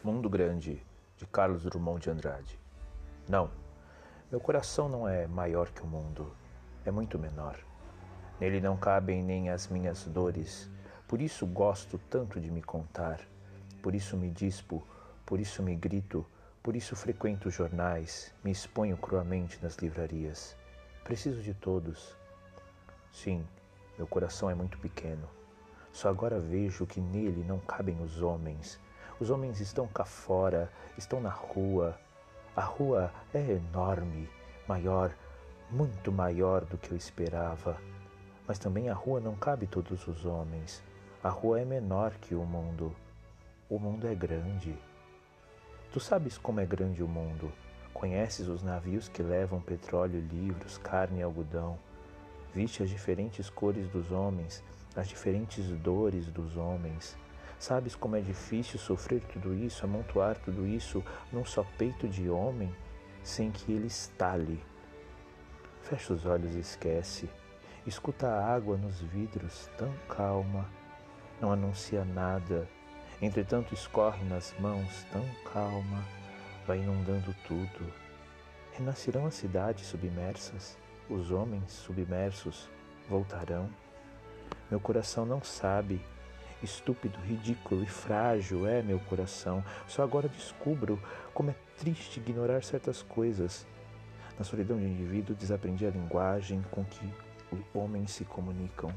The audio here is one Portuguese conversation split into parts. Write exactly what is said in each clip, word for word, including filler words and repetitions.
Mundo Grande, de Carlos Drummond de Andrade. Não, meu coração não é maior que o mundo, é muito menor. Nele não cabem nem as minhas dores, por isso gosto tanto de me contar. Por isso me dispo, por isso me grito, por isso frequento os jornais, me exponho cruamente nas livrarias. Preciso de todos. Sim, meu coração é muito pequeno. Só agora vejo que nele não cabem os homens. Os homens estão cá fora, estão na rua. A rua é enorme, maior, muito maior do que eu esperava. Mas também a rua não cabe todos os homens. A rua é menor que o mundo. O mundo é grande. Tu sabes como é grande o mundo. Conheces os navios que levam petróleo, livros, carne e algodão. Viste as diferentes cores dos homens, as diferentes dores dos homens. Sabes como é difícil sofrer tudo isso, amontoar tudo isso num só peito de homem, sem que ele estale. Fecha os olhos e esquece. Escuta a água nos vidros, tão calma. Não anuncia nada. Entretanto escorre nas mãos, tão calma. Vai inundando tudo. Renascerão as cidades submersas. Os homens submersos voltarão. Meu coração não sabe. Estúpido, ridículo e frágil é meu coração. Só agora descubro como é triste ignorar certas coisas. Na solidão de indivíduo desaprendi a linguagem com que os homens se comunicam.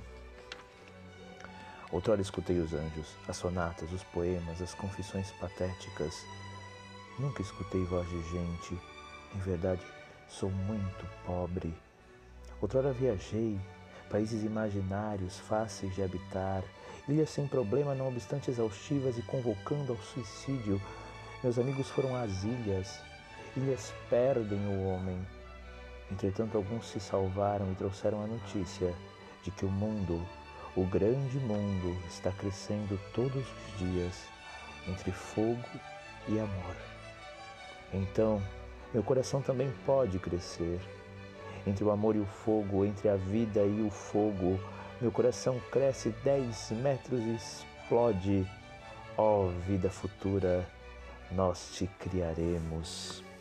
Outrora escutei os anjos, as sonatas, os poemas, as confissões patéticas. Nunca escutei voz de gente. Em verdade, sou muito pobre. Outrora viajei, países imaginários, fáceis de habitar, ilhas sem problema, não obstante exaustivas e convocando ao suicídio. Meus amigos foram às ilhas. Ilhas perdem o homem. Entretanto, alguns se salvaram e trouxeram a notícia de que o mundo, o grande mundo, está crescendo todos os dias entre fogo e amor. Então, meu coração também pode crescer. Entre o amor e o fogo, entre a vida e o fogo, meu coração cresce dez metros e explode. Ó vida futura, nós te criaremos.